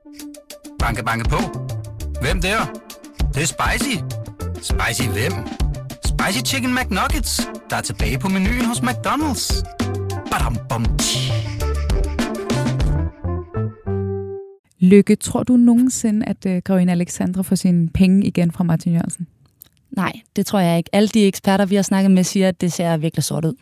Banke, banke på. Hvem der? Det er spicy. Spicy hvem? Spicy Chicken McNuggets, der er tilbage på menuen hos McDonald's. Badum, bom, Lykke, tror du nogensinde, at grevinde Alexandra får sine penge igen fra Martin Jørgensen? Nej, det tror jeg ikke. Alle de eksperter, vi har snakket med, siger, at det ser virkelig sort ud.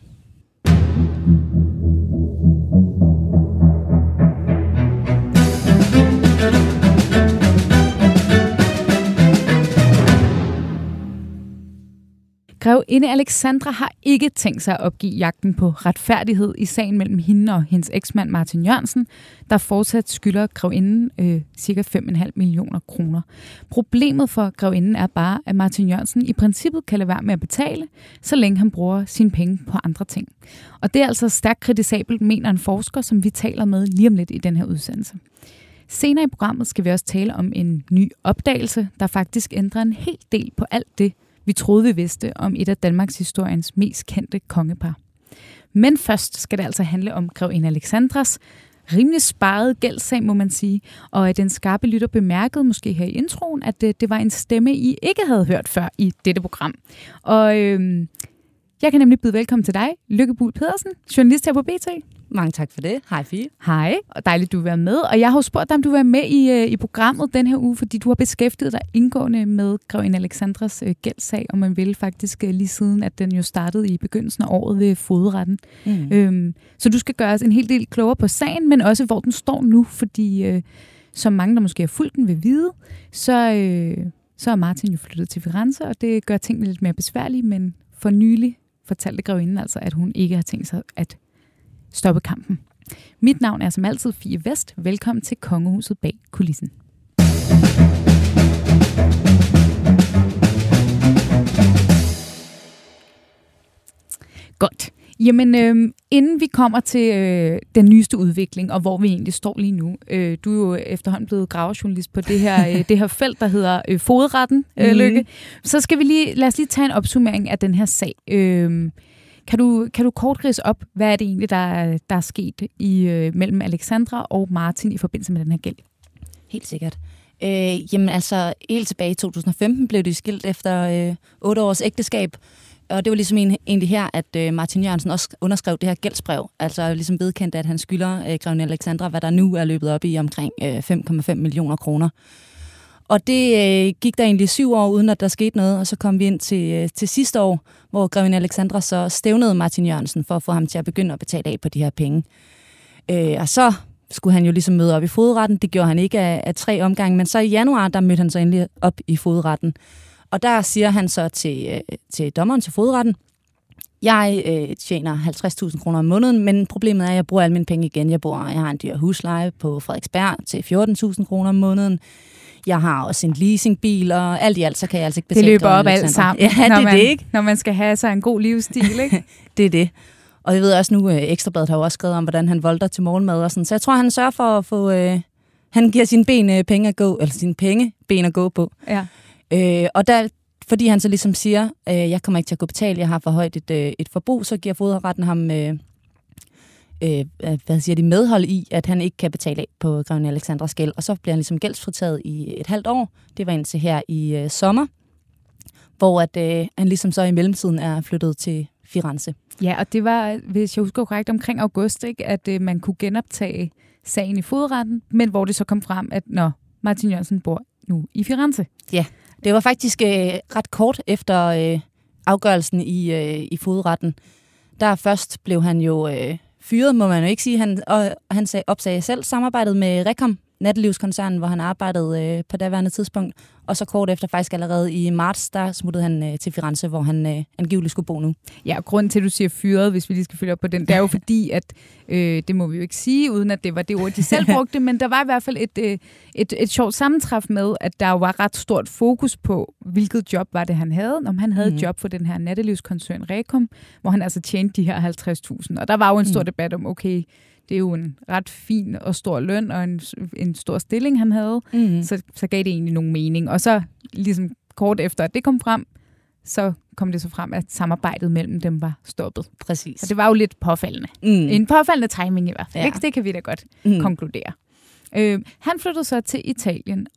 Grevinde Alexandra har ikke tænkt sig at opgive jagten på retfærdighed i sagen mellem hende og hendes eksmand Martin Jørgensen, der fortsat skylder grevinden ca. 5,5 millioner kroner. Problemet for grevinden er bare, at Martin Jørgensen i princippet kan lade være med at betale, så længe han bruger sine penge på andre ting. Og det er altså stærkt kritisabelt, mener en forsker, som vi taler med lige om lidt i den her udsendelse. Senere i programmet skal vi også tale om en ny opdagelse, der faktisk ændrer en hel del på alt det, vi troede, vi vidste om et af Danmarks historiens mest kendte kongepar. Men først skal det altså handle om grevinde Alexandras rimelig sparede gældssag, må man sige. Og den skarpe lytter bemærkede måske her i introen, at det var en stemme, I ikke havde hørt før i dette program. Og jeg kan nemlig byde velkommen til dig, Lykke Buhl Pedersen, journalist her på BT. Mange tak for det. Hej Fie. Hej, og dejligt, du vil være med. Og jeg har jo spurgt dig, om du vil være med i programmet den her uge, fordi du har beskæftiget dig indgående med grevinde Alexandras gældssag, og man vil faktisk lige siden, at den jo startede i begyndelsen af året ved fogedretten. Så du skal gøre os en hel del klogere på sagen, men også hvor den står nu, fordi som mange, der måske har fulgt den, vil vide, så er Martin jo flyttet til Firenze, og det gør tingene lidt mere besværlige, men for nylig fortalte grevinden altså, at hun ikke har tænkt sig at stoppe kampen. Mit navn er som altid Fie Vest. Velkommen til Kongehuset bag kulissen. Godt. Jamen, inden vi kommer til den nyeste udvikling, og hvor vi egentlig står lige nu. Du er jo efterhånden blevet gravejournalist på det her felt, der hedder fogedretten, Lykke. Så skal vi lad os lige tage en opsummering af den her sag. Kan du kort ridse op, hvad er det egentlig, der er sket mellem Alexandra og Martin i forbindelse med den her gæld? Helt sikkert. Jamen altså, helt tilbage i 2015 blev de skilt efter 8 års ægteskab. Og det var ligesom egentlig her, at Martin Jørgensen også underskrev det her gældsbrev. Altså ligesom vedkendt, at han skylder grevinde Alexandra, hvad der nu er løbet op i omkring 5,5 millioner kroner. Og det gik der egentlig 7 år, uden at der skete noget, og så kom vi ind til sidste år, hvor grevinde Alexandra så stævnede Martin Jørgensen for at få ham til at begynde at betale af på de her penge. Og så skulle han jo ligesom møde op i fogedretten. Det gjorde han ikke af 3 omgange, men så i januar, der mødte han så endelig op i fogedretten. Og der siger han så til dommeren til fogedretten, jeg tjener 50.000 kroner om måneden, men problemet er, at jeg bruger alle mine penge igen. Jeg har en dyr husleje på Frederiksberg til 14.000 kroner om måneden. Jeg har også en leasingbil, og alt i alt, så kan jeg altså ikke betale. Det løber op alt sammen, ja, når man skal have sig en god livsstil, ikke? Det er det. Og jeg ved også nu, Ekstrabladet har jo også skrevet om, hvordan han volter til morgenmad og sådan. Så jeg tror, han sørger for at få... han giver sine ben at gå på. Ja. Og der, fordi han så ligesom siger, jeg kommer ikke til at gå betale, jeg har for højt et forbrug, så giver fogedretten ham medhold i, at han ikke kan betale af på grevinde Alexandras gæld. Og så bliver han ligesom gældsfritaget i et halvt år. Det var indtil her i sommer, hvor at, han ligesom så i mellemtiden er flyttet til Firenze. Ja, og det var, hvis jeg husker korrekt, omkring august, ikke, at man kunne genoptage sagen i fogedretten, men hvor det så kom frem, at Martin Jørgensen bor nu i Firenze. Ja, det var faktisk ret kort efter afgørelsen i fogedretten. Der først blev han jo fyret, må man jo ikke sige. Han opsagde selv samarbejdet med Recom, nattelivskoncernen, hvor han arbejdede på daværende tidspunkt. Og så kort efter, faktisk allerede i marts, der smuttede han til Firenze, hvor han angiveligt skulle bo nu. Ja, og grunden til, at du siger fyret, hvis vi lige skal følge op på den, det er jo fordi, at det må vi jo ikke sige, uden at det var det ord, de selv brugte, men der var i hvert fald et sjovt sammentræf med, at der jo var ret stort fokus på, hvilket job var det, han havde. Om han havde et job for den her nattelivskoncern Recom, hvor han altså tjente de her 50.000. Og der var jo en stor debat om, okay, det er jo en ret fin og stor løn og en stor stilling, han havde. Så gav det egentlig nogen mening. Og så ligesom kort efter, at det kom frem, så kom det så frem, at samarbejdet mellem dem var stoppet. Præcis. Og det var jo lidt påfaldende. En påfaldende timing i hvert fald. Ja. Det kan vi da godt konkludere. Han flyttede så til Italien,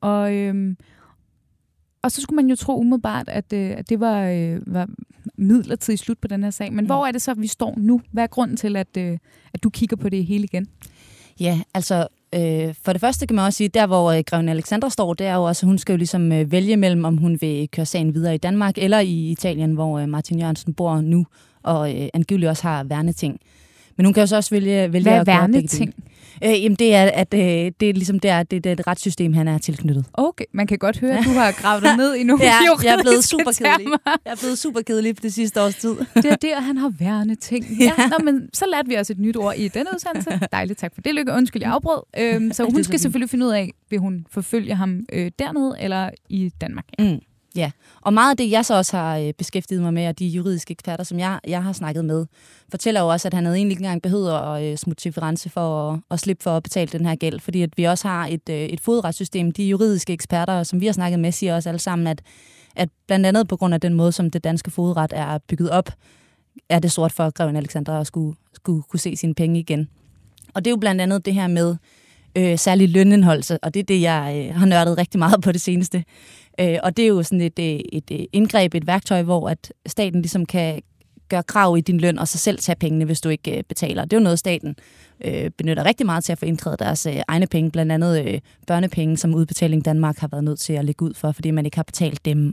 og så skulle man jo tro umiddelbart, at det var midlertidigt slut på den her sag. Men hvor er det så, vi står nu? Hvad er grunden til, at du kigger på det hele igen? Ja, altså for det første kan man også sige, der hvor grevinde Alexandra står, det er jo også, at hun skal jo ligesom vælge mellem, om hun vil køre sagen videre i Danmark eller i Italien, hvor Martin Jørgensen bor nu, og angiveligt også har værneting. Men hun kan jo så også vælge at gøre værneting? Jamen det er, at det er ligesom det er et retssystem, han er tilknyttet. Okay, man kan godt høre, at du har gravet dig ned i nogle juridiske jeg er blevet super kedelig. Jeg er blevet super kedelig på det sidste års tid. Det er det, at han har værneting. Ja, men så lærte vi også et nyt ord i denne udsendelse. Dejligt, tak for det, Lykke. Undskyld, jeg afbrød. Så hun skal selvfølgelig finde ud af, vil hun forfølge ham dernede eller i Danmark. Ja, og meget af det, jeg så også har beskæftiget mig med, og de juridiske eksperter, som jeg har snakket med, fortæller jo også, at han havde egentlig ikke engang behøvet at smutte til Firenze for at slippe for at betale den her gæld, fordi at vi også har et fodretssystem. De juridiske eksperter, som vi har snakket med, siger også alle sammen, at blandt andet på grund af den måde, som det danske fodret er bygget op, er det sort for grevinde Alexandra at skulle kunne se sine penge igen. Og det er jo blandt andet det her med særlig lønindholdelse, og det er det, jeg har nørdet rigtig meget på det seneste. Og det er jo sådan et indgreb, et værktøj, hvor at staten ligesom kan gøre krav i din løn, og så selv tage pengene, hvis du ikke betaler. Det er jo noget, staten benytter rigtig meget til at få indkrævet deres egne penge, blandt andet børnepenge, som Udbetaling Danmark har været nødt til at lægge ud for, fordi man ikke har betalt dem,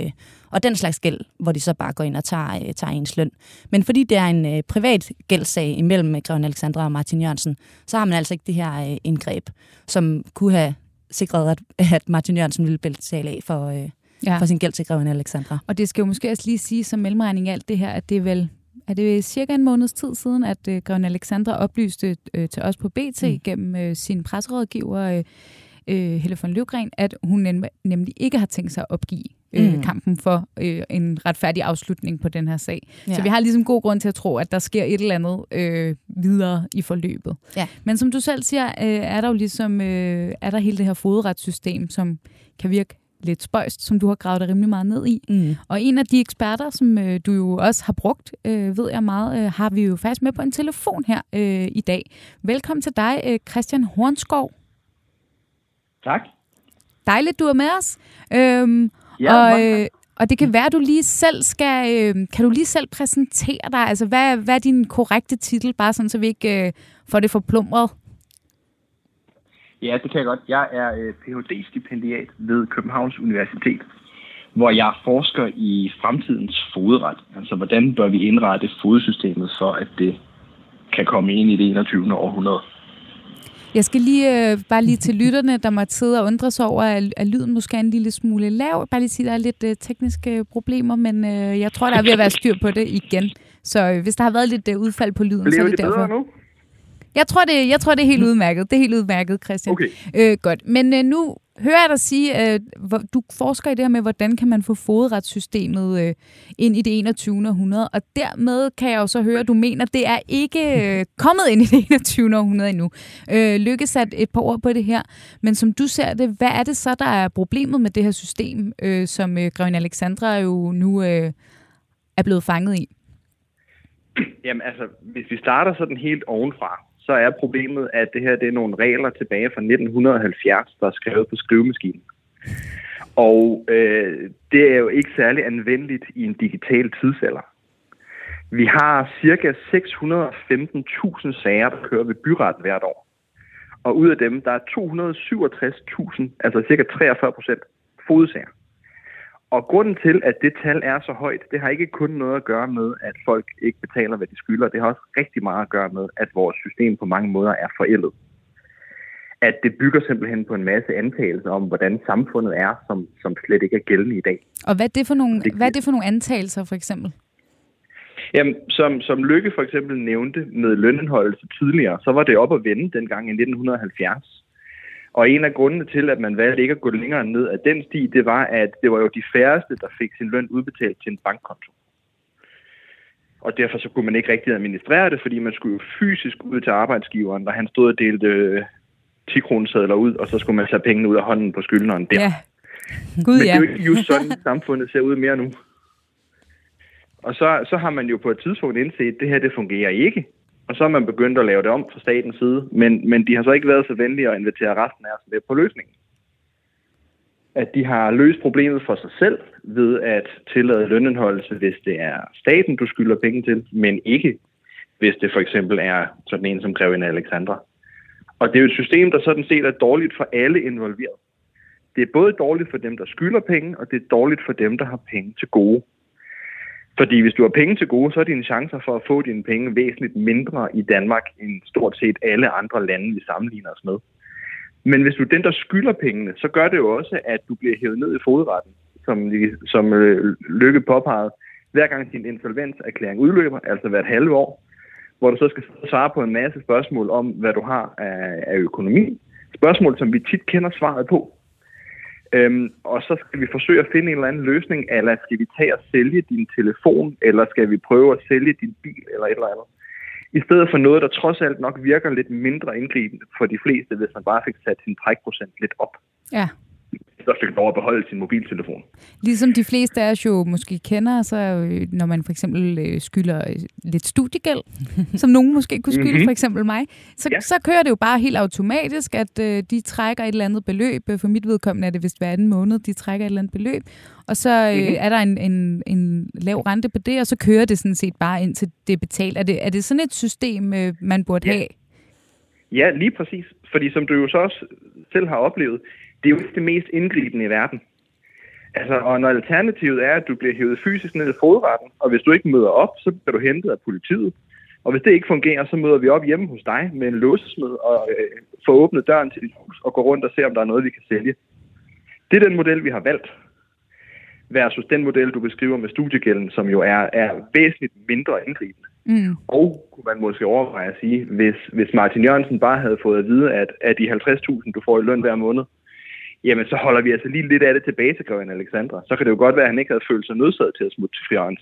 og den slags gæld, hvor de så bare går ind og tager ens løn. Men fordi det er en privat gældssag imellem grevinde Alexandra og Martin Jørgensen, så har man altså ikke det her indgreb, som kunne have sikret, at Martin Jørgensen ville betale af for sin gæld til grevinde Alexandra. Og det skal jo måske også lige sige som mellemregning i alt det her, at det er det cirka en måneds tid siden, at grevinde Alexandra oplyste til os på BT gennem sin presserådgiver Helle von Løvgren, at hun nemlig ikke har tænkt sig at opgive kampen for en retfærdig afslutning på den her sag. Ja. Så vi har ligesom god grund til at tro, at der sker et eller andet videre i forløbet. Ja. Men som du selv siger, er der jo ligesom er der hele det her fodretssystem, som kan virke lidt spøjst, som du har gravet dig rimelig meget ned i. Og en af de eksperter, som du jo også har brugt, ved jeg meget, har vi jo faktisk med på en telefon her i dag. Velkommen til dig, Christian Hornskov. Tak. Dejligt, du er med os. Ja, og det kan være, at du lige selv kan du lige selv præsentere dig? Altså, hvad er din korrekte titel, bare sådan, så vi ikke får det forplumret? Ja, det kan jeg godt. Jeg er Ph.D.-stipendiat ved Københavns Universitet, hvor jeg forsker i fremtidens fodret. Altså, hvordan bør vi indrette fodsystemet for, at det kan komme ind i det 21. århundrede. Jeg skal bare lige til lytterne, der må sidde og undre sig over, at lyden måske er en lille smule lav. Bare lige sige, at der er lidt tekniske problemer, men jeg tror, der er ved at være styr på det igen. Så hvis der har været lidt udfald på lyden, så er det derfor. Bliver det bedre nu? Jeg tror, det er helt udmærket. Det er helt udmærket, Christian. Okay. Godt. Men nu hører jeg dig sige, du forsker i det her med, hvordan kan man få fodretssystemet ind i det 21. århundrede, og dermed kan jeg jo så høre, at du mener, at det er ikke kommet ind i det 21. århundrede endnu. Lykke sat et par ord på det her, men som du ser det, hvad er det så, der er problemet med det her system, som grevinde Alexandra jo nu er blevet fanget i? Jamen altså, hvis vi starter sådan helt ovenfra, så er problemet, at det her det er nogle regler tilbage fra 1970, der er skrevet på skrivemaskinen. Og det er jo ikke særlig anvendeligt i en digital tidsalder. Vi har ca. 615.000 sager, der kører ved byret hvert år. Og ud af dem, der er 267.000, altså ca. 43% fodsager. Og grunden til, at det tal er så højt, det har ikke kun noget at gøre med, at folk ikke betaler, hvad de skylder. Det har også rigtig meget at gøre med, at vores system på mange måder er forældet. At det bygger simpelthen på en masse antagelser om, hvordan samfundet er, som slet ikke er gældende i dag. Og hvad er det for nogle antagelser, for eksempel? Jamen, som Lykke for eksempel nævnte med lønindholdelse tidligere, så var det op at vende dengang i 1970. Og en af grundene til, at man valgte ikke at gå længere ned af den sti, det var, at det var jo de færreste, der fik sin løn udbetalt til en bankkonto. Og derfor så kunne man ikke rigtig administrere det, fordi man skulle jo fysisk ud til arbejdsgiveren, når han stod og delte 10-kronesedler ud, og så skulle man tage pengene ud af hånden på skyldneren der. Ja. Men det er jo ikke just sådan, samfundet ser ud mere nu. Og så har man jo på et tidspunkt indset, at det her det fungerer ikke. Og så er man begyndt at lave det om fra statens side, men de har så ikke været så venlige at invitere resten af os med på løsningen. At de har løst problemet for sig selv ved at tillade lønindholdelse, hvis det er staten, du skylder penge til, men ikke hvis det for eksempel er sådan en som grevinde Alexandra. Og det er jo et system, der sådan set er dårligt for alle involveret. Det er både dårligt for dem, der skylder penge, og det er dårligt for dem, der har penge til gode. Fordi hvis du har penge til gode, så er dine chancer for at få dine penge væsentligt mindre i Danmark end stort set alle andre lande, vi sammenligner os med. Men hvis du er den, der skylder pengene, så gør det jo også, at du bliver hævet ned i fogedretten, som Lykke påpegede, hver gang din insolvenserklæring udløber, altså hvert halve år, hvor du så skal svare på en masse spørgsmål om, hvad du har af økonomi. Spørgsmål, som vi tit kender svaret på. Og så skal vi forsøge at finde en eller anden løsning, eller skal vi tage og sælge din telefon, eller skal vi prøve at sælge din bil, eller et eller andet. I stedet for noget, der trods alt nok virker lidt mindre indgribende for de fleste, hvis man bare fik sat sin trækprocent lidt op. Ja. Så fik lov at beholde sin mobiltelefon. Ligesom de fleste af os jo måske kender, så når man for eksempel skylder lidt studiegæld, som nogen måske kunne skylde, for eksempel mig, så kører det jo bare helt automatisk, at de trækker et eller andet beløb. For mit vedkommende er det vist hver anden måned, de trækker et eller andet beløb. Og så er der en lav rente på det, og så kører det sådan set bare indtil det er betalt. Er det sådan et system, man burde have? Ja, lige præcis. Fordi som du jo så også selv har oplevet, det er jo ikke det mest indgribende i verden. Altså, og når alternativet er, at du bliver hævet fysisk ned i fogedretten, og hvis du ikke møder op, så bliver du hentet af politiet. Og hvis det ikke fungerer, så møder vi op hjemme hos dig med en låsesmed og får åbnet døren til dit hus og går rundt og ser, om der er noget, vi kan sælge. Det er den model, vi har valgt. Versus den model, du beskriver med studiegælden, som jo er væsentligt mindre indgribende. Og kunne man måske overveje at sige, hvis Martin Jørgensen bare havde fået at vide, at af de 50.000, du får i løn hver måned, jamen så holder vi altså lige lidt af det tilbage til grevinde Alexandra. Så kan det jo godt være, at han ikke havde følt sig nødsaget til at smutte til Firenze.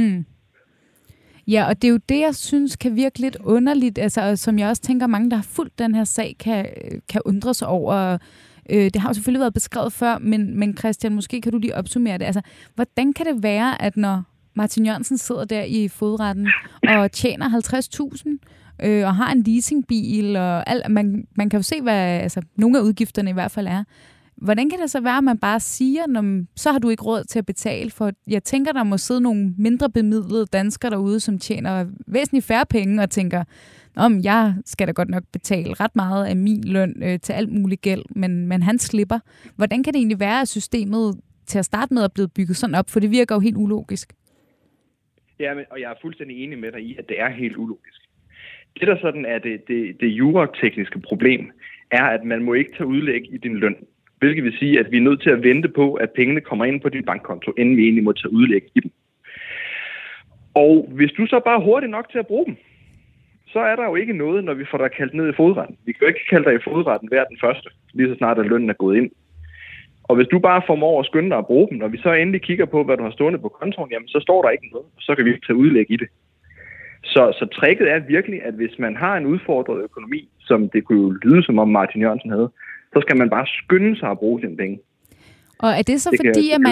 Ja, og det er jo det, jeg synes kan virke lidt underligt, altså som jeg også tænker, mange, der har fulgt den her sag, kan undre sig over. Det har jo selvfølgelig været beskrevet før, men Christian, måske kan du lige opsummere det. Altså, hvordan kan det være, at når Martin Jørgensen sidder der i fogedretten og tjener 50.000 og har en leasingbil, og alt, man kan jo se, hvad nogle af udgifterne i hvert fald er. Hvordan kan det så være, at man bare siger, så har du ikke råd til at betale? For jeg tænker, der må sidde nogle mindre bemidlede danskere derude, som tjener væsentligt færre penge og tænker, jeg skal da godt nok betale ret meget af min løn til alt muligt gæld, men han slipper. Hvordan kan det egentlig være, at systemet til at starte med er blevet bygget sådan op? For det virker jo helt ulogisk. Ja, og jeg er fuldstændig enig med dig i, at det er helt ulogisk. Det, der sådan er det juratekniske problem, er, at man må ikke tage udlæg i din løn. Hvilket vil sige, at vi er nødt til at vente på, at pengene kommer ind på din bankkonto, inden vi egentlig må tage udlæg i dem. Og hvis du så bare er hurtigt nok til at bruge dem, så er der jo ikke noget, når vi får dig kaldt ned i fogedretten. Vi kan jo ikke kalde dig i fogedretten hver den første, lige så snart at lønnen er gået ind. Og hvis du bare formår at skynde dig at bruge dem, når vi så endelig kigger på, hvad du har stående på kontoen, jamen så står der ikke noget, så kan vi tage udlæg i det. Så tricket er virkelig, at hvis man har en udfordret økonomi, som det kunne jo lyde som om Martin Jørgensen havde, så skal man bare skynde sig at bruge sine penge. Og er det så fordi, at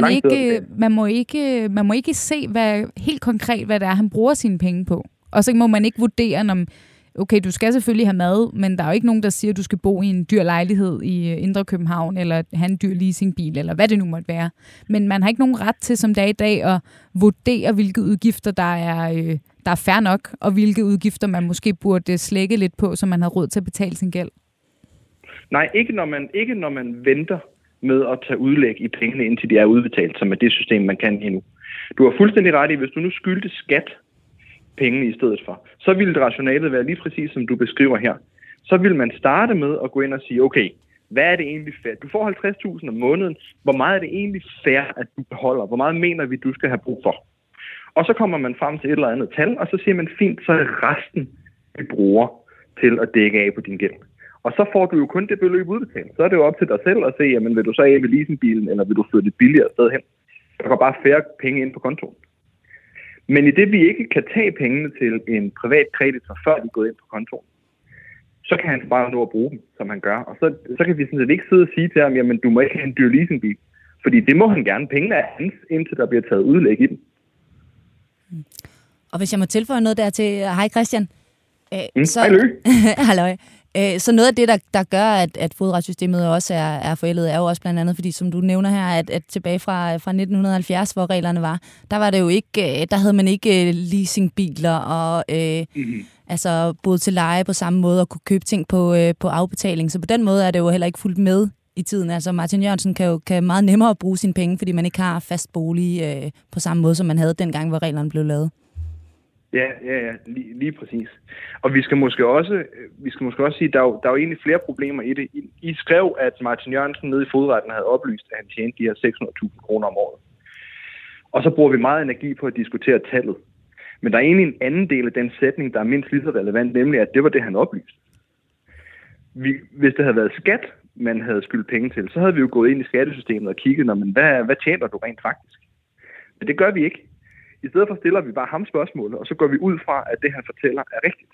man må ikke se helt konkret, hvad det er, han bruger sine penge på? Og så må man ikke vurdere, om okay, du skal selvfølgelig have mad, men der er jo ikke nogen, der siger, at du skal bo i en dyr lejlighed i Indre København, eller have en dyr leasingbil, eller hvad det nu måtte være. Men man har ikke nogen ret til, som det er i dag, at vurdere, hvilke udgifter, der er fair nok, og hvilke udgifter, man måske burde slække lidt på, så man har råd til at betale sin gæld. Nej, ikke når man venter med at tage udlæg i pengene, indtil de er udbetalt, som er det system, man kan lige nu. Du har fuldstændig ret i, hvis du nu skyldte skat pengene i stedet for, så ville det rationalet være lige præcis, som du beskriver her. Så vil man starte med at gå ind og sige, okay, hvad er det egentlig fair? Du får 50.000 om måneden. Hvor meget er det egentlig fair, at du beholder? Hvor meget mener vi, du skal have brug for? Og så kommer man frem til et eller andet tal, og så siger man, fint, så er resten, vi bruger til at dække af på din gæld. Og så får du jo kun det beløb udbetalt. Så er det jo op til dig selv at se, jamen vil du så af ved leasingbilen, eller vil du flytte et billigere sted hen? Der går bare færre penge ind på kontoen. Men i det, vi ikke kan tage pengene til en privat kreditor, før de er gået ind på kontoen, så kan han bare nå at bruge dem, som han gør. Og så kan vi sådan set ikke sidde og sige til ham, jamen du må ikke have en dyr leasingbil. Fordi det må han gerne. Pengene er hans, indtil der bliver taget udlæg i dem. Og hvis jeg må tilføje noget der til, hej Christian, Halløj. Så noget af det, der gør, at fodretsystemet også er forældet, er jo også blandt andet, fordi som du nævner her, at tilbage fra 1970, hvor reglerne var, der var det jo ikke, der havde man ikke leasingbiler og altså boet til leje på samme måde og kunne købe ting på afbetaling. Så på den måde er det jo heller ikke fuldt med i tiden. Altså Martin Jørgensen kan meget nemmere bruge sine penge, fordi man ikke har fast bolig på samme måde, som man havde dengang, hvor reglerne blev lavet. Ja, lige præcis. Og vi skal måske også sige, at der er jo egentlig flere problemer i det. I skrev, at Martin Jørgensen nede i fodretten havde oplyst, at han tjente de her 600.000 kroner om året. Og så bruger vi meget energi på at diskutere tallet. Men der er egentlig en anden del af den sætning, der er mindst lige så relevant, nemlig at det var det, han oplyste. Hvis det havde været skat, man havde skyldt penge til, så havde vi jo gået ind i skattesystemet og kigget, hvad tjener du rent faktisk? Men det gør vi ikke. I stedet for stiller vi bare ham spørgsmålet, og så går vi ud fra, at det, han fortæller, er rigtigt.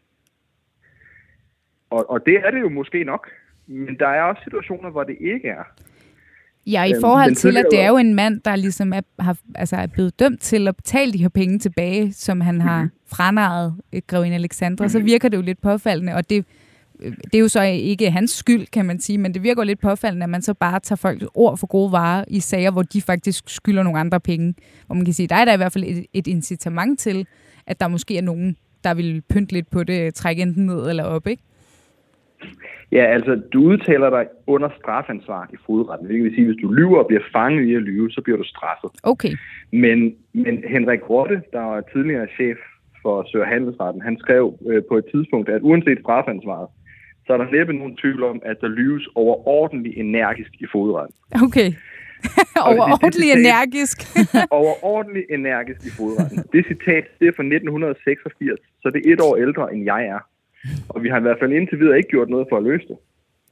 Og det er det jo måske nok, men der er også situationer, hvor det ikke er. Ja, i forhold til, at det er jo en mand, der ligesom er blevet dømt til at betale de her penge tilbage, som han har franarret grevinde Alexandra, så virker det jo lidt påfaldende, og det er jo så ikke hans skyld, kan man sige, men det virker jo lidt påfaldende, at man så bare tager folks ord for gode varer i sager, hvor de faktisk skylder nogle andre penge. Hvor man kan sige, der er der i hvert fald et incitament til, at der måske er nogen, der vil pynte lidt på det, trække enten ned eller op, ikke? Ja, altså, du udtaler dig under strafansvar i fodretten. Det vil sige, hvis du lyver og bliver fanget i at lyve, så bliver du straffet. Okay. Men Henrik Rotte, der var tidligere chef for Sø- og Handelsretten, han skrev på et tidspunkt, at uanset strafansvaret, så er der næppe nogen tvivl om, at der lyves overordentligt energisk i fodretten. Okay. Overordentligt energisk. Overordentligt energisk i fodretten. Det citat, det er fra 1986, så det er 1 år ældre, end jeg er. Og vi har i hvert fald indtil videre ikke gjort noget for at løse det.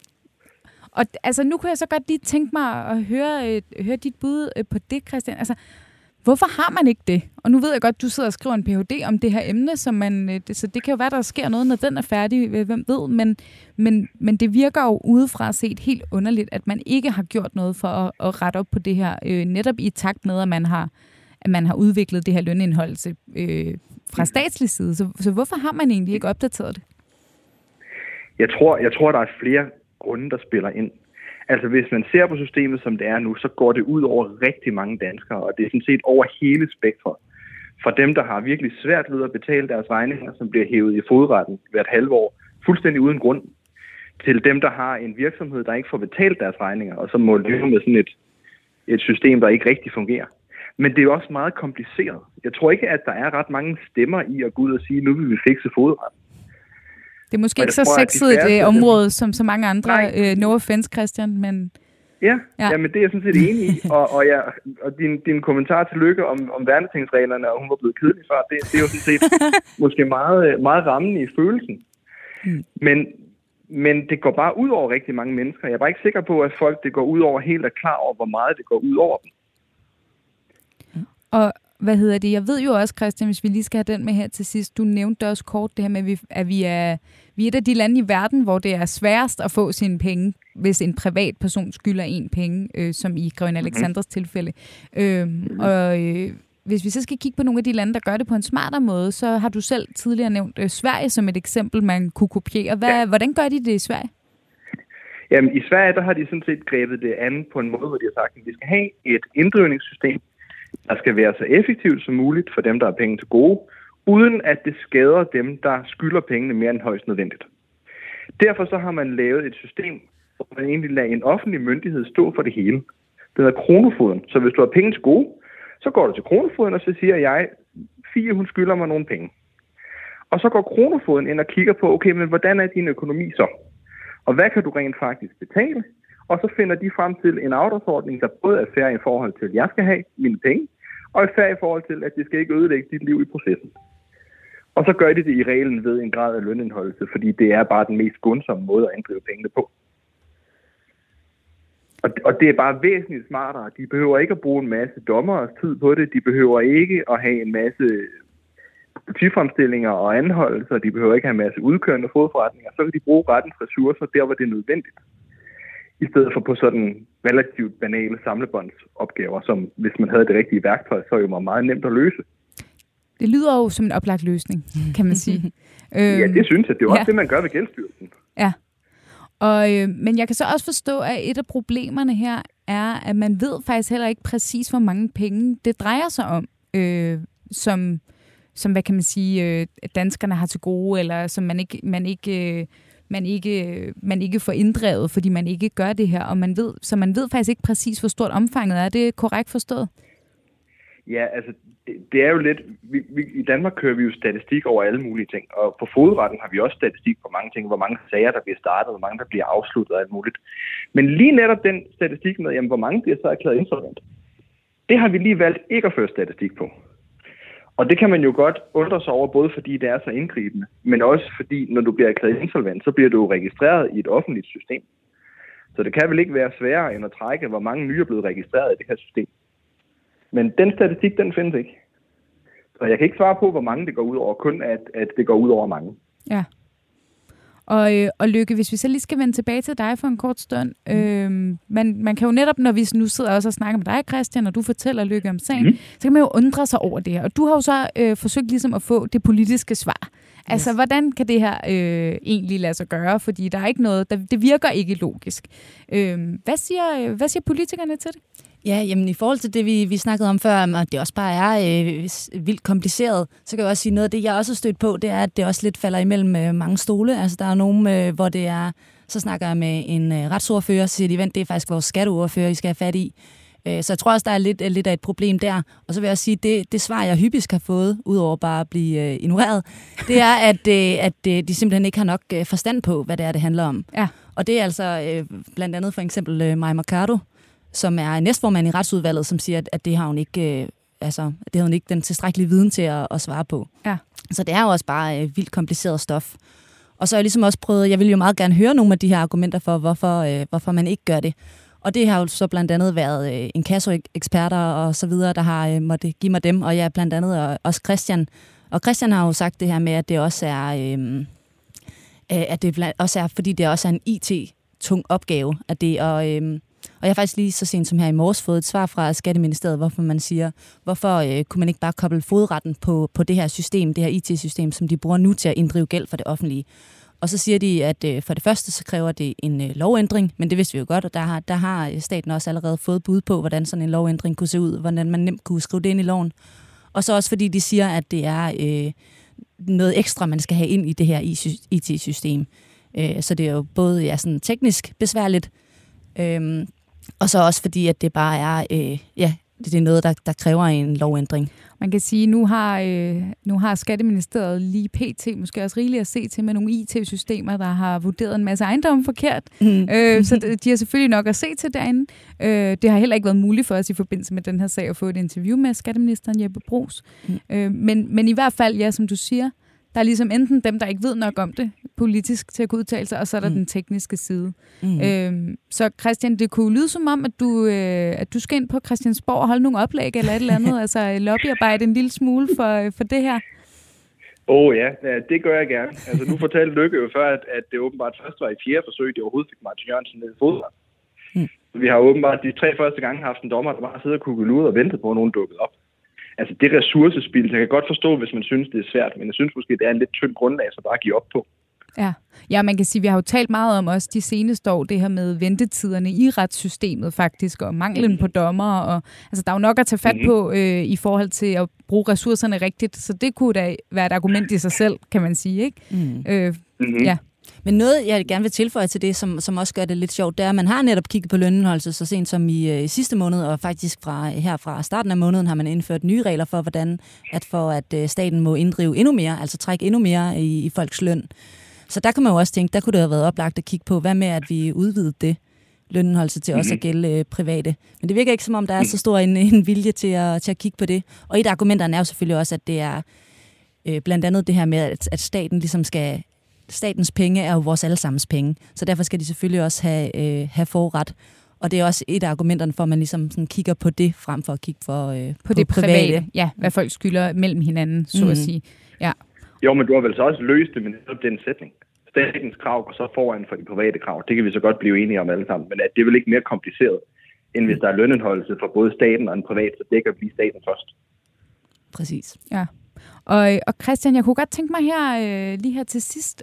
Og altså, nu kunne jeg så godt lige tænke mig at høre dit bud på det, Christian. Altså, hvorfor har man ikke det? Og nu ved jeg godt, at du sidder og skriver en Ph.D. om det her emne, så det kan jo være, der sker noget, når den er færdig, hvem ved. Men det virker jo udefra set helt underligt, at man ikke har gjort noget for at rette op på det her, netop i takt med, at man har udviklet det her lønindholdelse fra statslig side. Så hvorfor har man egentlig ikke opdateret det? Jeg tror, der er flere grunde, der spiller ind. Altså, hvis man ser på systemet, som det er nu, så går det ud over rigtig mange danskere, og det er sådan set over hele spektret. Fra dem, der har virkelig svært ved at betale deres regninger, som bliver hævet i fodretten hvert halve år, fuldstændig uden grund, til dem, der har en virksomhed, der ikke får betalt deres regninger, og som må leve med sådan et system, der ikke rigtig fungerer. Men det er jo også meget kompliceret. Jeg tror ikke, at der er ret mange stemmer i at gå ud og sige, nu vil vi fikse fodretten. Det er måske ikke så sexet et område, som så mange andre. No offense, Christian, men... Ja, men det er jeg sådan set enig i. Og din kommentar til Lykke om værnetingsreglerne, og hun var blevet kedelig før, det er jo sådan set måske meget, meget rammende i følelsen. Men det går bare ud over rigtig mange mennesker. Jeg er bare ikke sikker på, at folk det går ud over helt er klar over, hvor meget det går ud over dem. Og jeg ved jo også, Christian, hvis vi lige skal have den med her til sidst, du nævnte også kort det her med, at vi er et af de lande i verden, hvor det er sværest at få sine penge, hvis en privat person skylder en penge, som i grevinde Alexandras tilfælde. Hvis vi så skal kigge på nogle af de lande, der gør det på en smartere måde, så har du selv tidligere nævnt Sverige som et eksempel, man kunne kopiere. Hvordan gør de det i Sverige? Jamen, i Sverige, der har de sådan set grebet det an på en måde, hvor de har sagt, at vi skal have et inddrivningssystem, der skal være så effektivt som muligt for dem, der har penge til gode, uden at det skader dem, der skylder pengene mere end højst nødvendigt. Derfor så har man lavet et system, hvor man egentlig lader en offentlig myndighed stå for det hele. Det hedder kronofoden. Så hvis du har penge til gode, så går du til kronofoden, og så siger jeg, Fie, hun skylder mig nogle penge. Og så går kronofoden ind og kigger på, okay, men hvordan er din økonomi så? Og hvad kan du rent faktisk betale? Og så finder de frem til en afdragsordning, der både er fair i forhold til, at jeg skal have mine penge, og er fair i forhold til, at det skal ikke ødelægge dit liv i processen. Og så gør de det i reglen ved en grad af lønindholdelse, fordi det er bare den mest skånsomme måde at inddrive pengene på. Og det er bare væsentligt smartere. De behøver ikke at bruge en masse dommeres tid på det. De behøver ikke at have en masse politifremstillinger og anholdelser. De behøver ikke have en masse udkørende fodforretninger. Så kan de bruge rettens ressourcer der, hvor det er nødvendigt. I stedet for på sådan relativt banale samlebåndsopgaver, som hvis man havde det rigtige værktøj, så er jo meget nemt at løse. Det lyder jo som en oplagt løsning, kan man sige. Ja, det synes jeg. Det er også det, man gør ved Gældsstyrelsen. Ja. Men jeg kan så også forstå, at et af problemerne her er, at man ved faktisk heller ikke præcis, hvor mange penge det drejer sig om, som hvad kan man sige, danskerne har til gode, eller som man ikke får inddrevet, fordi man ikke gør det her, og man ved faktisk ikke præcis, hvor stort omfanget er. Er det korrekt forstået? Ja, altså, det er jo lidt... I Danmark kører vi jo statistik over alle mulige ting, og på fogedretten har vi også statistik på mange ting, hvor mange sager, der bliver startet, hvor mange, der bliver afsluttet og alt muligt. Men lige netop den statistik med, jamen, hvor mange bliver så erklæret insolvent, det har vi lige valgt ikke at føre statistik på. Og det kan man jo godt undre sig over, både fordi det er så indgribende, men også fordi, når du bliver erklæret insolvent, så bliver du registreret i et offentligt system. Så det kan vel ikke være sværere end at trække, hvor mange nye er blevet registreret i det her system. Men den statistik, den findes ikke. Så jeg kan ikke svare på, hvor mange det går ud over, kun at det går ud over mange. Ja. Og Lykke, hvis vi så lige skal vende tilbage til dig for en kort stund. Man kan jo netop, når vi nu sidder også og snakker med dig, Christian, og du fortæller Lykke om sagen, så kan man jo undre sig over det her. Og du har jo så forsøgt ligesom at få det politiske svar. Altså, hvordan kan det her egentlig lade sig gøre? Fordi der er ikke noget, det virker ikke logisk. Hvad siger politikerne til det? Ja, jamen i forhold til det, vi snakkede om før, og det også bare er vildt kompliceret, så kan jeg også sige noget af det, jeg også har stødt på, det er, at det også lidt falder imellem mange stole. Altså der er nogen, hvor det er, så snakker jeg med en retsordfører, så siger de, vent, det er faktisk vores skatteordfører, I skal have fat i. Så jeg tror også, der er lidt af et problem der. Og så vil jeg sige, det svar, jeg hyppigst har fået, udover bare at blive ignoreret, det er, at de simpelthen ikke har nok forstand på, hvad det er, det handler om. Ja. Og det er altså blandt andet for eksempel Maja Mercado, som er næstformand i retsudvalget, som siger, at det har hun ikke, det har hun ikke den tilstrækkelige viden til at svare på. Ja. Så det er jo også bare vildt kompliceret stof. Og så har jeg ligesom også prøvet, jeg vil jo meget gerne høre nogle af de her argumenter for, hvorfor man ikke gør det. Og det har jo så blandt andet været inkassoeksperter og så videre, der har måttet give mig dem, og ja, blandt andet også Christian. Og Christian har jo sagt det her med, at det også er, fordi det også er en IT-tung opgave, at det og jeg har faktisk lige så sent som her i morges fået et svar fra Skatteministeriet, hvorfor man siger, hvorfor kunne man ikke bare koble fogedretten på det her system, det her IT-system, som de bruger nu til at inddrive gæld for det offentlige. Og så siger de, at for det første, så kræver det en lovændring, men det vidste vi jo godt, og der har staten også allerede fået bud på, hvordan sådan en lovændring kunne se ud, hvordan man nemt kunne skrive det ind i loven. Og så også fordi de siger, at det er noget ekstra, man skal have ind i det her IT-system. Så det er jo både sådan teknisk besværligt, og så også fordi, at det bare er, det er noget, der kræver en lovændring. Man kan sige, nu har Skatteministeriet lige pt. Måske også rigeligt at se til med nogle IT-systemer, der har vurderet en masse ejendom forkert. Så de har selvfølgelig nok at se til derinde. Det har heller ikke været muligt for os i forbindelse med den her sag at få et interview med skatteministeren Jeppe Bruus. Men i hvert fald, ja, som du siger, der er ligesom enten dem, der ikke ved nok om det politisk til at kunne udtale sig, og så er der den tekniske side. Så Christian, det kunne lyde som om, at du skal ind på Christiansborg og holde nogle oplæg eller et eller andet, altså lobbyarbejde en lille smule for det her. Ja, det gør jeg gerne. Altså nu fortalte Lykke jo før, at det åbenbart først var i 4. forsøg, de overhovedet fik Martin Jørgensen ned i fodret. Vi har åbenbart de 3 første gange haft en dommer, der bare sidder og kuglet ud og ventet på, at nogen dukkede op. Altså det ressourcespil, jeg kan godt forstå, hvis man synes, det er svært, men jeg synes måske, det er en lidt tynd grundlag, så bare at give op på. Ja, man kan sige, vi har jo talt meget om også de seneste år, det her med ventetiderne i retssystemet faktisk, og manglen på dommer, og altså der er jo nok at tage fat på i forhold til at bruge ressourcerne rigtigt, så det kunne da være et argument i sig selv, kan man sige, ikke? Ja. Men noget, jeg gerne vil tilføje til det, som også gør det lidt sjovt, det er, at man har netop kigget på lønindeholdelse så sent som i sidste måned, og faktisk fra starten af måneden har man indført nye regler for, at staten må inddrive endnu mere, altså trække endnu mere i folks løn. Så der kan man jo også tænke, der kunne det have været oplagt at kigge på, hvad med, at vi udvidede det lønindeholdelse til også at gælde private. Men det virker ikke, som om der er så stor en vilje til at kigge på det. Og et af argumenterne er jo selvfølgelig også, at det er blandt andet det her med, at staten ligesom skal... Statens penge er jo vores allesammens penge, så derfor skal de selvfølgelig også have forret. Og det er også et af argumenterne for, at man ligesom sådan kigger på det, frem for at kigge på det private. Ja, hvad folk skylder mellem hinanden, så at sige. Ja. Jo, men du har vel så også løst det med den sætning. Statens krav går så foran for de private krav. Det kan vi så godt blive enige om alle sammen, men det er vel ikke mere kompliceret, end hvis der er lønindholdelse for både staten og en privat, så det kan blive staten først. Præcis. Ja. Og Christian, jeg kunne godt tænke mig her lige her til sidst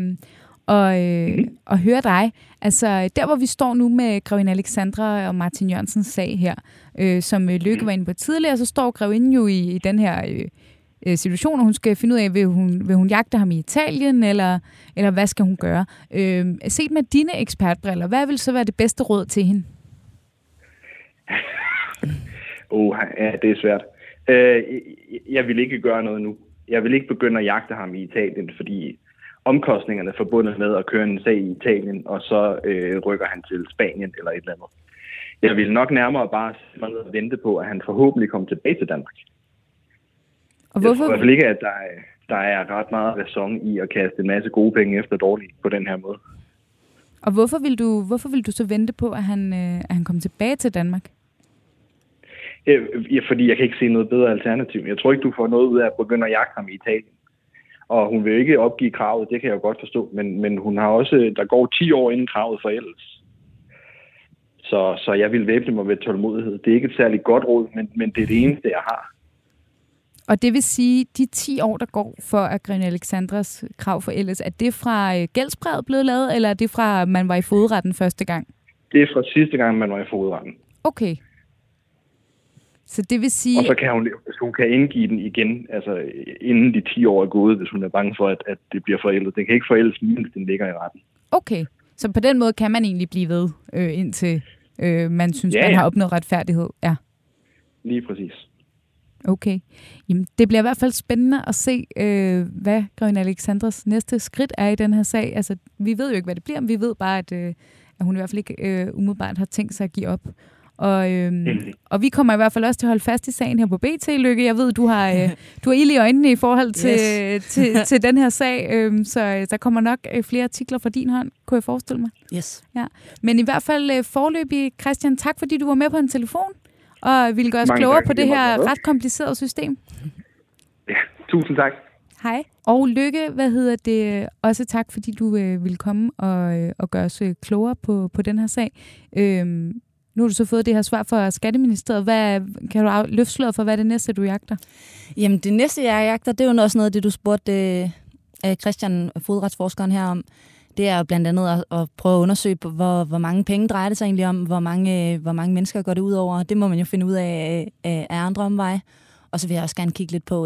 og høre dig. Altså, der hvor vi står nu med grevinde Alexandra og Martin Jørgensens sag her, som Lykke var inde på tidligere, så står grevinden jo i den her situation, og hun skal finde ud af, vil hun jagte ham i Italien, eller hvad skal hun gøre? Set med dine ekspertbriller, hvad vil så være det bedste råd til hende? Ja, det er svært. Jeg vil ikke gøre noget nu. Jeg vil ikke begynde at jagte ham i Italien, fordi omkostningerne er forbundet med at køre en sag i Italien, og så rykker han til Spanien eller et eller andet. Jeg vil nok nærmere bare vente på, at han forhåbentlig kommer tilbage til Danmark. Og hvorfor? Jeg tror i hvert fald ikke, at der er ret meget ræson i at kaste en masse gode penge efter dårlige på den her måde. Og hvorfor vil du så vente på, at han kommer tilbage til Danmark? Fordi jeg kan ikke se noget bedre alternativ. Jeg tror ikke, du får noget ud af at begynde at jagte ham i Italien. Og hun vil ikke opgive kravet, det kan jeg jo godt forstå. Men hun har også, der går 10 år inden kravet forældes. Så jeg vil væbne mig med tålmodighed. Det er ikke et særligt godt råd, men det er det eneste, jeg har. Og det vil sige, de 10 år, der går for at grevinde Alexandras krav forældes, er det fra gældsbrevet blevet lavet, eller er det fra, man var i fogedretten første gang? Det er fra sidste gang, man var i fogedretten. Okay. Så det vil sige... Og så kan hun kan indgive den igen, altså inden de 10 år er gået, hvis hun er bange for, at det bliver forældet. Den kan ikke forældes, mens den ligger i retten. Okay, så på den måde kan man egentlig blive ved, indtil man synes, man har opnået retfærdighed. Ja. Lige præcis. Okay. Jamen, det bliver i hvert fald spændende at se, hvad grevinde Alexandras næste skridt er i den her sag. Altså, vi ved jo ikke, hvad det bliver, men vi ved bare, at hun i hvert fald ikke umiddelbart har tænkt sig at give op. Og vi kommer i hvert fald også til at holde fast i sagen her på BT, Lykke. Jeg ved, du har ild i øjnene i forhold til den her sag, så der kommer nok flere artikler fra din hånd, kunne jeg forestille mig. Yes. Ja. Men i hvert fald foreløbig, Christian, tak fordi du var med på en telefon, og ville gøre os klogere på det her ret komplicerede system. Ja, tusind tak. Hej. Og Lykke, også tak, fordi du ville komme og gøre os klogere på den her sag. Nu har du så fået det her svar fra Skatteministeriet. Kan du løfte sløret for, hvad er det næste, du jagter? Jamen, det næste, jeg jagter, det er jo også noget af det, du spurgte Christian, fodretsforskeren her om. Det er jo blandt andet at prøve at undersøge, hvor mange penge drejer det sig egentlig om, hvor mange mennesker går det ud over. Det må man jo finde ud af andre omveje. Og så vil jeg også gerne kigge lidt på,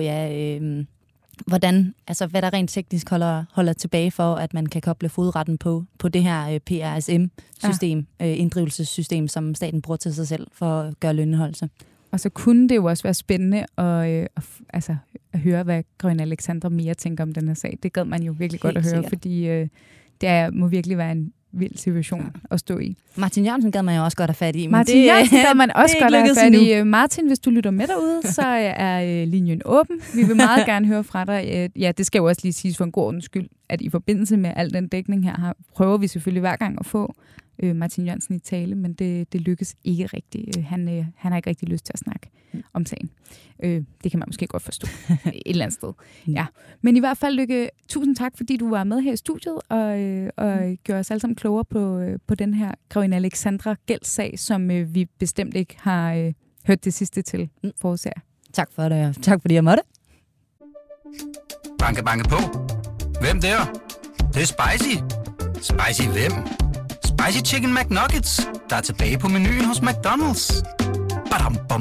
hvad der rent teknisk holder tilbage for, at man kan koble fodretten på det her PRSM-system, inddrivelsessystem, som staten bruger til sig selv for at gøre lønindeholdelse. Og så kunne det jo også være spændende at høre, hvad grevinde Alexandra mere tænker om den her sag. Det gad man jo virkelig godt at høre, fordi det må virkelig være en vild situation at stå i. Martin Jørgensen gad man jo også godt have fat i. Martin Jørgensen gad man også godt have fat i. Martin, hvis du lytter med derude, så er linjen åben. Vi vil meget gerne høre fra dig. Ja, det skal jo også lige siges for en god ordens skyld, at i forbindelse med al den dækning her, prøver vi selvfølgelig hver gang at få Martin Jørgensen i tale, men det lykkes ikke rigtigt. Han har ikke rigtig lyst til at snakke om sagen. Det kan man måske godt forstå et eller andet sted. Ja. Men i hvert fald, Lykke, tusind tak, fordi du var med her i studiet og gjorde os alle sammen klogere på den her grevinde Alexandra gældssag, som vi bestemt ikke har hørt det sidste til forudser. Tak for det. Tak fordi jeg måtte. Banke, banke på. Hvem der? Det er spicy. Spicy hvem? Spicy Chicken McNuggets, der er tilbage på menuen hos McDonald's. Badum, bom,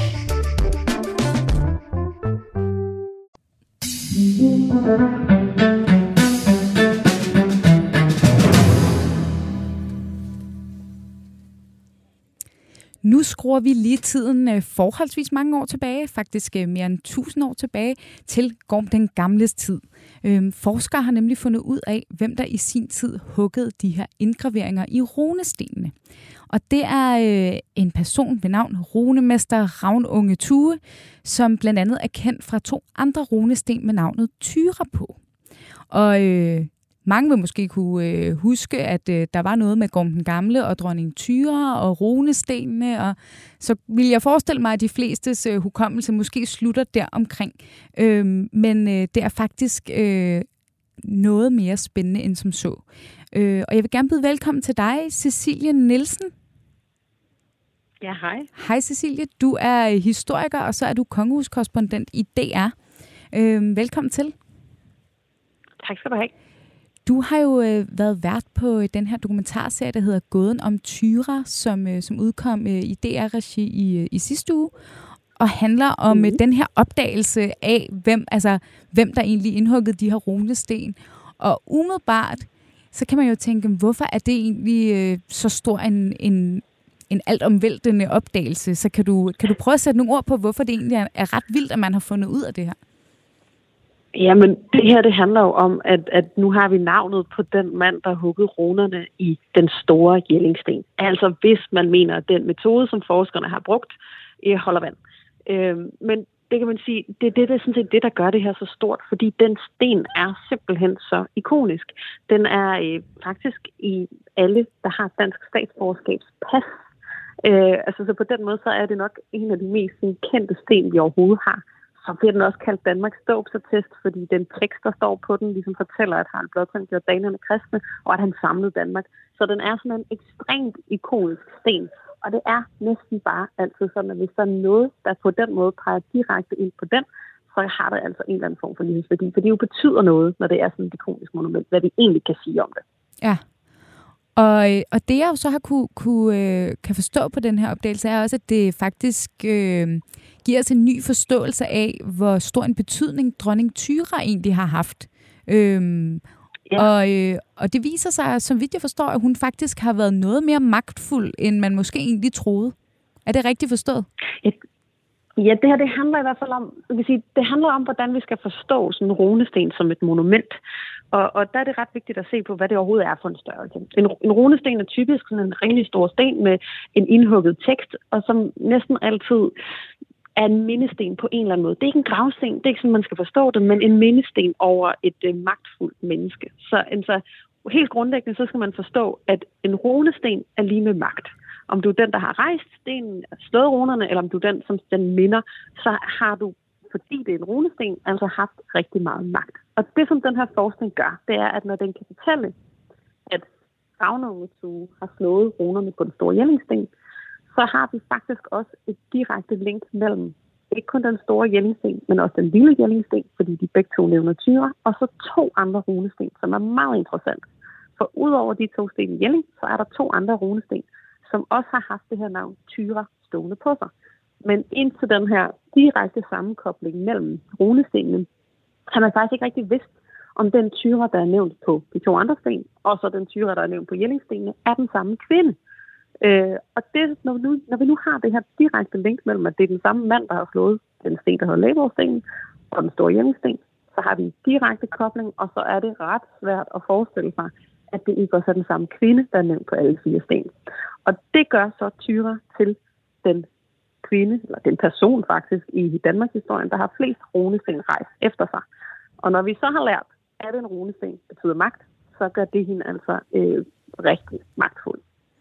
Nu skruer vi lige tiden forholdsvis mange år tilbage, faktisk mere end 1000 år tilbage, til Gorm den Gamles tid. Forskere har nemlig fundet ud af, hvem der i sin tid huggede de her indgraveringer i runestenene. Og det er en person ved navn runemester Ravnunge Thue, som blandt andet er kendt fra 2 andre runesten med navnet Tyra på. Og mange vil måske kunne huske, at der var noget med Gorm den Gamle og dronning Tyra og runestenene, og så vil jeg forestille mig, at de flestes hukommelse måske slutter der omkring. Men det er faktisk noget mere spændende end som så. Og jeg vil gerne byde velkommen til dig, Cecilie Nielsen. Ja, hej. Hej Cecilie, du er historiker, og så er du kongehuskorrespondent i DR. Velkommen til. Tak skal du have. Du har jo været vært på den her dokumentarserie, der hedder Gåden om Thyra, som udkom i DR-regi i sidste uge, og handler om den her opdagelse af, hvem der egentlig indhuggede de her runesten. Og umiddelbart, så kan man jo tænke, hvorfor er det egentlig så stor en altomvæltende opdagelse? Så kan du prøve at sætte nogle ord på, hvorfor det egentlig er ret vildt, at man har fundet ud af det her? Jamen, det her det handler jo om, at nu har vi navnet på den mand, der huggede runerne i den store Jellingsten. Altså hvis man mener, at den metode, som forskerne har brugt, holder vand. Men det kan man sige, det er sådan set det, der gør det her så stort, fordi den sten er simpelthen så ikonisk. Den er faktisk i alle, der har dansk statsborgerskabspas. Så på den måde, så er det nok en af de mest kendte sten, vi overhovedet har. Så bliver den også kaldt Danmarks dåbsattest, fordi den tekst, der står på den, ligesom fortæller, at Harald Blåtand gjorde danerne kristne, og at han samlede Danmark. Så den er sådan en ekstremt ikonisk sten. Og det er næsten bare altid sådan, at hvis der er noget, der på den måde peger direkte ind på den, så har det altså en eller anden form for lighedsværdi. For det jo betyder noget, når det er sådan et ikonisk monument, hvad vi egentlig kan sige om det. Ja. Og det jeg jo så har kan forstå på den her opdagelse, er også, at det faktisk giver os en ny forståelse af, hvor stor en betydning dronning Thyra egentlig har haft. Og det viser sig, som vidt jeg forstår, at hun faktisk har været noget mere magtfuld, end man måske egentlig troede. Er det rigtigt forstået? Ja, det her det handler i hvert fald om, det handler om, hvordan vi skal forstå sådan en runesten som et monument. Og der er det ret vigtigt at se på, hvad det overhovedet er for en størrelse. En runesten er typisk sådan en rimelig stor sten med en indhugget tekst, og som næsten altid er en mindesten på en eller anden måde. Det er ikke en gravsten, det er ikke sådan, man skal forstå det, men en mindesten over et magtfuldt menneske. Så helt grundlæggende, så skal man forstå, at en runesten er lige med magt. Om du er den, der har rejst stenen, slået runerne, eller om du er den, som den minder, så har du, fordi det er en runesten, altså haft rigtig meget magt. Og det, som den her forskning gør, det er, at når den kan fortælle, at Ravnungetue har slået runerne på den store Jellingsten, så har vi faktisk også et direkte link mellem ikke kun den store Jellingsten, men også den lille Jellingsten, fordi de begge to nævner Thyra, og så 2 andre runesten, som er meget interessant. For udover de 2 sten i Jelling, så er der 2 andre runesten, som også har haft det her navn Thyra stående på sig. Men indtil den her direkte sammenkobling mellem runestenene, har man faktisk ikke rigtig vidst, om den Thyra, der er nævnt på de 2 andre sten, og så den Thyra, der er nævnt på Jellingstenene, er den samme kvinde. Og det, når vi nu har det her direkte link mellem, at det er den samme mand, der har slået den sten, der hedder Læborgstenen, og den store Jellingsten, så har vi en direkte kobling, og så er det ret svært at forestille sig, at det ikke også er den samme kvinde, der er nævnt på alle 4 sten. Og det gør så Thyra til den kvinde, eller den person faktisk, i Danmarks historien, der har flest runesten rejst efter sig. Og når vi så har lært, at en runesten betyder magt, så gør det hende altså rigtig magtfuld.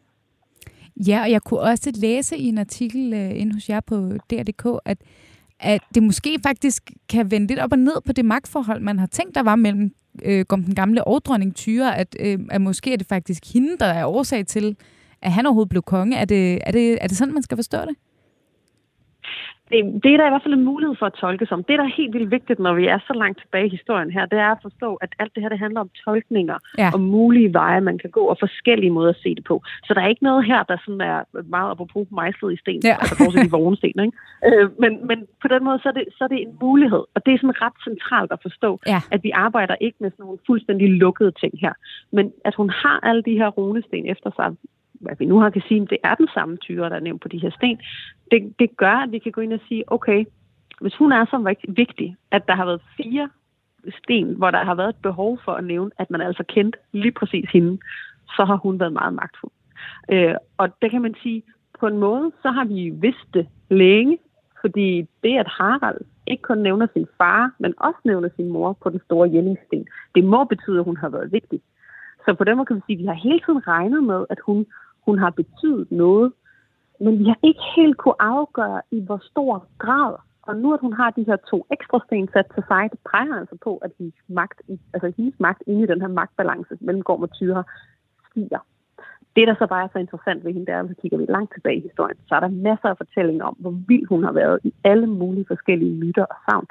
Ja, og jeg kunne også læse i en artikel inde hos jer på DR.dk, at det måske faktisk kan vende lidt op og ned på det magtforhold, man har tænkt, der var mellem den gamle og dronning Thyra, at måske er det faktisk hende, der er årsag til, at han overhovedet blev konge. Er det sådan, man skal forstå det? Det er der i hvert fald en mulighed for at tolke som. Det, der er helt vildt vigtigt, når vi er så langt tilbage i historien her, det er at forstå, at alt det her det handler om tolkninger og mulige veje, man kan gå, og forskellige måder at se det på. Så der er ikke noget her, der sådan er meget apropos mejslet i sten, altså bortset de vognsten, ikke? Men på den måde, så er det en mulighed, og det er sådan ret centralt at forstå, at vi arbejder ikke med sådan nogle fuldstændig lukkede ting her, men at hun har alle de her runesten efter sig, hvad vi nu har kan sige, det er den samme Thyra, der er nævnt på de her sten. Det gør, at vi kan gå ind og sige, okay, hvis hun er så vigtig, at der har været 4 sten, hvor der har været et behov for at nævne, at man altså kendte lige præcis hende, så har hun været meget magtfuld. Og det kan man sige, på en måde, så har vi vidst det længe, fordi det, at Harald ikke kun nævner sin far, men også nævner sin mor på den store Jellingsten, det må betyde, at hun har været vigtig. Så på den måde kan vi sige, at vi har hele tiden regnet med, at hun har betydet noget, men vi har ikke helt kunne afgøre i hvor stor grad. Og nu at hun har de her 2 ekstra sten sat til sig, det peger altså på, at hendes magt inde i den her magtbalance mellem Gorm og Thyra stiger. Det, der så bare er så interessant ved hende, der er, så kigger vi langt tilbage i historien, så er der masser af fortællinger om, hvor vild hun har været i alle mulige forskellige myter og sagn. Så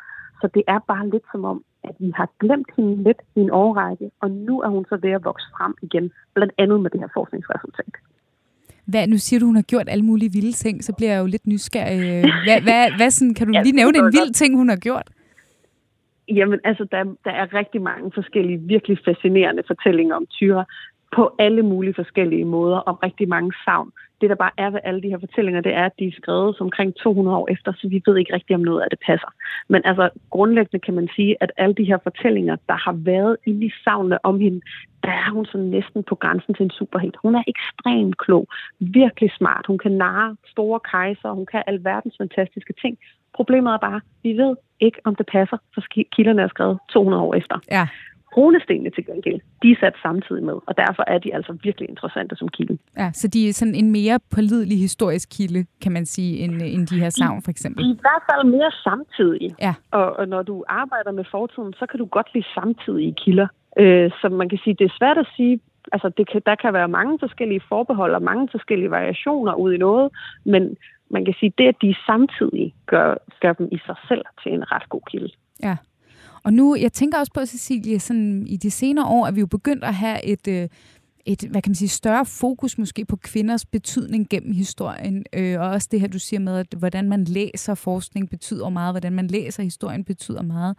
Så det er bare lidt som om, at vi har glemt hende lidt i en årrække, og nu er hun så ved at vokse frem igen, blandt andet med det her forskningsresultat. Nu siger du, hun har gjort alle mulige vilde ting, så bliver jeg jo lidt nysgerrig. Hvad sådan, kan du lige nævne en vild ting, hun har gjort? Jamen, altså, der er rigtig mange forskellige, virkelig fascinerende fortællinger om Thyra på alle mulige forskellige måder, om rigtig mange sagn. Det, der bare er ved alle de her fortællinger, det er, at de er skrevet omkring 200 år efter, så vi ved ikke rigtig, om noget af det passer. Men altså, grundlæggende kan man sige, at alle de her fortællinger, der har været inde i sagnene om hende, der er hun så næsten på grænsen til en superhelt. Hun er ekstremt klog, virkelig smart. Hun kan narre store kejser, hun kan alverdens fantastiske ting. Problemet er bare, vi ved ikke, om det passer, for kilderne er skrevet 200 år efter. Ja. Runestenene til gengæld, de er sat samtidig med, og derfor er de altså virkelig interessante som kilde. Ja, så de er sådan en mere pålidelig historisk kilde, kan man sige, end de her sagn for eksempel. De er i hvert fald mere samtidige. Ja. Og når du arbejder med fortiden, så kan du godt lide samtidige kilder. Så man kan sige, det er svært at sige, altså der kan være mange forskellige forbehold og mange forskellige variationer ud i noget, men man kan sige, det at de er samtidige gør dem i sig selv til en ret god kilde. Ja. Og nu, jeg tænker også på, Cecilie, sådan i de senere år, at vi jo begyndt at have et hvad kan man sige, større fokus måske på kvinders betydning gennem historien. Og også det her, du siger med, at hvordan man læser forskning betyder meget, hvordan man læser historien betyder meget.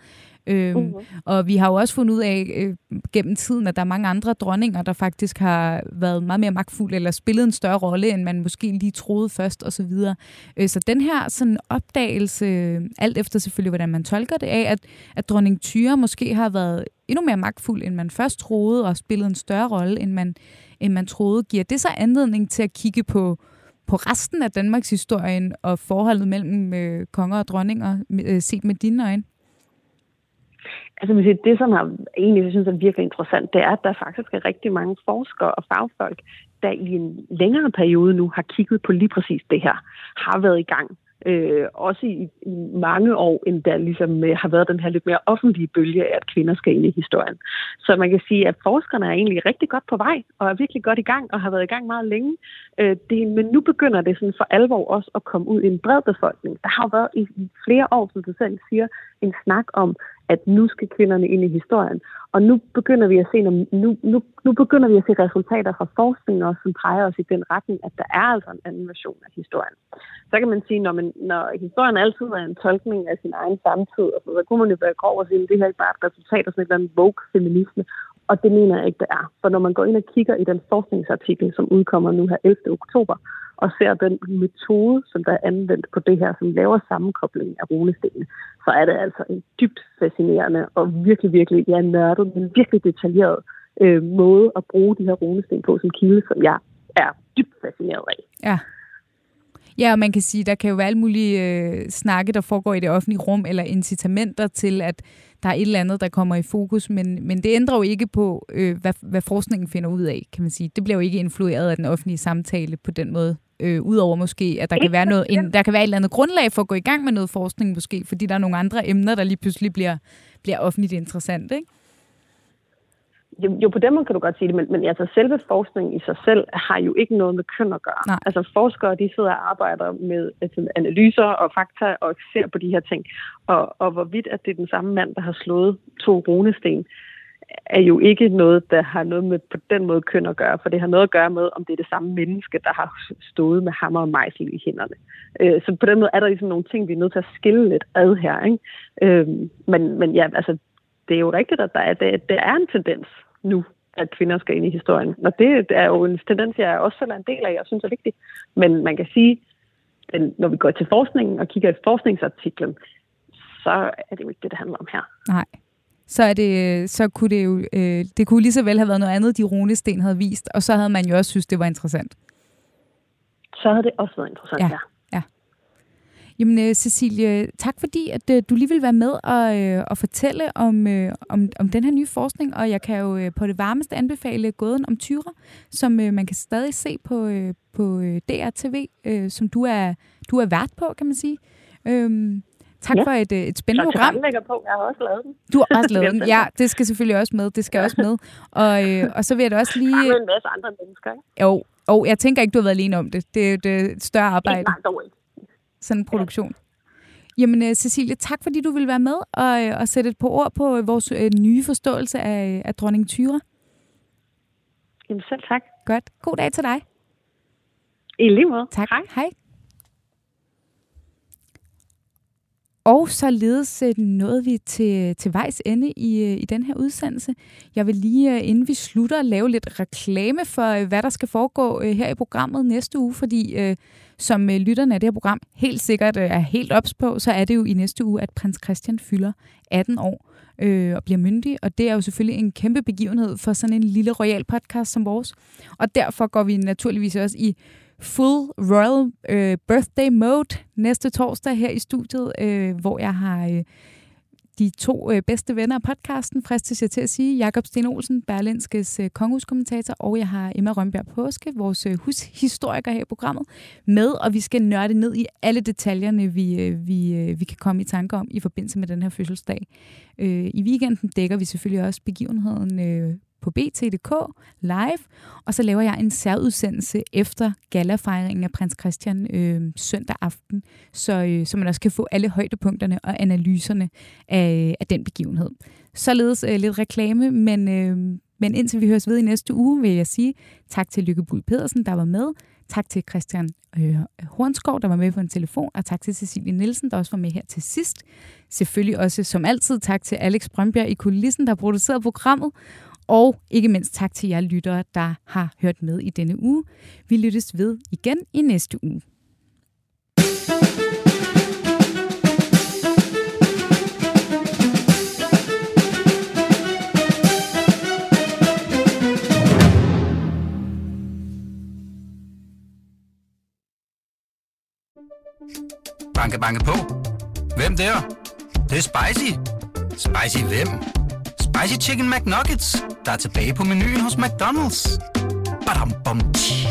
Og vi har jo også fundet ud af gennem tiden, at der er mange andre dronninger, der faktisk har været meget mere magtfulde, eller spillet en større rolle, end man måske lige troede først, og så videre. Så den her sådan opdagelse, alt efter selvfølgelig, hvordan man tolker det af, at dronning Thyra måske har været endnu mere magtfuld, end man først troede, og spillet en større rolle, end man troede. Giver det så anledning til at kigge på resten af Danmarks historien og forholdet mellem konger og dronninger, set med dine øjne? Altså, det, som jeg egentlig synes er virkelig interessant, det er, at der faktisk er rigtig mange forskere og fagfolk, der i en længere periode nu har kigget på lige præcis det her, har været i gang. Også i mange år, end der ligesom har været den her lidt mere offentlige bølge af, at kvinder skal ind i historien. Så man kan sige, at forskerne er egentlig rigtig godt på vej, og er virkelig godt i gang, og har været i gang meget længe. Men nu begynder det sådan for alvor også at komme ud i en bred befolkning. Der har jo været i flere år, som du selv siger, en snak om, at nu skal kvinderne ind i historien. Og nu begynder vi at se, nu begynder vi at se resultater fra forskning også, som peger os i den retning, at der er altså en anden version af historien. Så kan man sige, når historien altid er en tolkning af sin egen samtid, så kunne man jo være grov og sige, at det her er bare et resultat af sådan et eller andet woke-feminisme. Og det mener jeg ikke, det er. For når man går ind og kigger i den forskningsartikel, som udkommer nu her 11. oktober, og ser den metode, som der er anvendt på det her, som laver sammenkobling af runestenene, så er det altså en dybt fascinerende og virkelig, virkelig nørdet, men virkelig detaljeret måde at bruge de her runesten på som kilde, som jeg er dybt fascineret af. Ja. Ja, og man kan sige, der kan jo være alle mulige snakke, der foregår i det offentlige rum, eller incitamenter til, at der er et eller andet, der kommer i fokus, men det ændrer jo ikke på, hvad forskningen finder ud af, kan man sige. Det bliver jo ikke influeret af den offentlige samtale på den måde. Udover måske, at der kan være der kan være et eller andet grundlag for at gå i gang med noget forskning måske, fordi der er nogle andre emner, der lige pludselig bliver offentligt interessant, ikke? Jo, på den måde kan du godt sige det, men altså selve forskningen i sig selv har jo ikke noget med køn at gøre. Nej. Altså forskere, de sidder og arbejder med analyser og fakta og ser på de her ting. Og hvorvidt at det er den samme mand, der har slået 2 runesten, er jo ikke noget, der har noget med på den måde køn at gøre, for det har noget at gøre med, om det er det samme menneske, der har stået med hammer og mejsel i hænderne. Så på den måde er der ligesom nogle ting, vi er nødt til at skille lidt ad her, ikke? Men ja, altså det er jo rigtigt, at der er en tendens nu, at kvinder skal ind i historien. Og det er jo en tendens, jeg også selv er en del af, og synes er vigtig. Men man kan sige, at når vi går til forskningen og kigger i forskningsartiklen, så er det jo ikke det handler om her. Nej. Så kunne det jo det kunne lige så vel have været noget andet, de runesten havde vist, og så havde man jo også synes, det var interessant. Så havde det også været interessant, ja. Jamen, Cecilie, tak fordi, at du lige vil være med og fortælle om den her nye forskning, og jeg kan jo på det varmeste anbefale Gåden om Thyra, som man kan stadig se på DR-TV, som du er vært på, kan man sige. Tak for et spændende program. Jeg har også lavet den. Du har også lavet den, ja. Det skal selvfølgelig også med. Det skal også med. Og så vil jeg da også lige... Der er en masse andre mennesker, ikke? Jo, jeg tænker ikke, du har været alene om det. Det er et større arbejde. Nej, dog ikke. Sådan en produktion. Jamen, Cecilie, tak fordi du vil være med og sætte et par ord på vores nye forståelse af dronning Thyra. Jamen selv tak. Godt. God dag til dig. I lige måde. Tak. Hej. Og således nåede vi til vejs ende i den her udsendelse. Jeg vil lige, inden vi slutter, lave lidt reklame for, hvad der skal foregå her i programmet næste uge, fordi som lytterne af det her program helt sikkert er helt ops på, så er det jo i næste uge, at prins Christian fylder 18 år og bliver myndig, og det er jo selvfølgelig en kæmpe begivenhed for sådan en lille royal podcast som vores. Og derfor går vi naturligvis også i full royal birthday mode næste torsdag her i studiet, hvor jeg har de to bedste venner af podcasten, fristes jeg til at sige, Jakob Sten Olsen, Berlingskes kongehuskommentator, og jeg har Emma Rønbjerg Påske, vores hushistoriker her i programmet, med, og vi skal nørde ned i alle detaljerne, vi kan komme i tanker om i forbindelse med den her fødselsdag. I weekenden dækker vi selvfølgelig også begivenheden på BT.dk live, og så laver jeg en særudsendelse efter gallafejringen af prins Christian søndag aften, så man også kan få alle højdepunkterne og analyserne af den begivenhed. Således lidt reklame, men indtil vi høres ved i næste uge, vil jeg sige tak til Lykke Buhl Pedersen, der var med. Tak til Christian Hornskov, der var med på en telefon, og tak til Cecilie Nielsen, der også var med her til sidst. Selvfølgelig også, som altid, tak til Alex Brønbjerg i kulissen, der har produceret programmet. Og ikke mindst tak til jer lyttere, der har hørt med i denne uge. Vi lyttes ved igen i næste uge. Banke, banke på. Hvem der? Det er spicy. Spicy hvem? Spicy Chicken McNuggets, der er tilbage på menuen hos McDonald's. Badum, bom, tji.